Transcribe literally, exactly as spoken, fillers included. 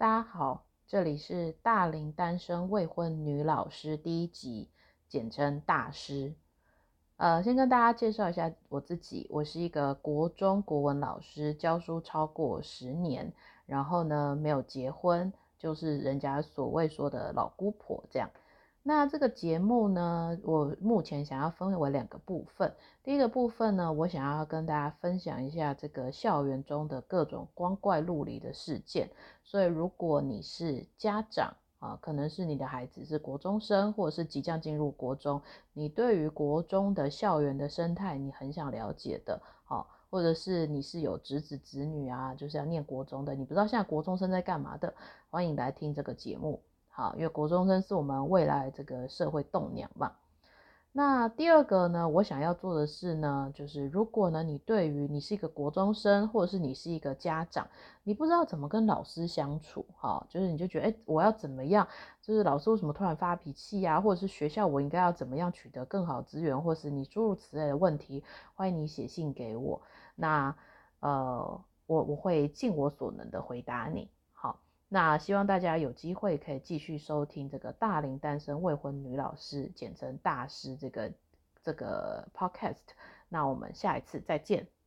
大家好，这里是大龄单身未婚女老师第一集，简称大师。呃，先跟大家介绍一下我自己，我是一个国中国文老师，教书超过十年，然后呢没有结婚，就是人家所谓说的老姑婆这样。那这个节目呢，我目前想要分为两个部分。第一个部分呢，我想要跟大家分享一下这个校园中的各种光怪陆离的事件。所以如果你是家长啊，可能是你的孩子是国中生，或者是即将进入国中，你对于国中的校园的生态你很想了解的，好，或者是你是有侄子侄女啊，就是要念国中的，你不知道现在国中生在干嘛的，欢迎来听这个节目。好，因为国中生是我们未来这个社会栋梁嘛。那第二个呢，我想要做的是呢，就是如果呢你对于你是一个国中生，或者是你是一个家长，你不知道怎么跟老师相处，哈，就是你就觉得，哎，我要怎么样？就是老师为什么突然发脾气啊？或者是学校我应该要怎么样取得更好资源，或是你诸如此类的问题，欢迎你写信给我。那呃，我我会尽我所能的回答你。好。那希望大家有机会可以继续收听这个大龄单身未婚女老师，简称大师这个这个 podcast。那我们下一次再见。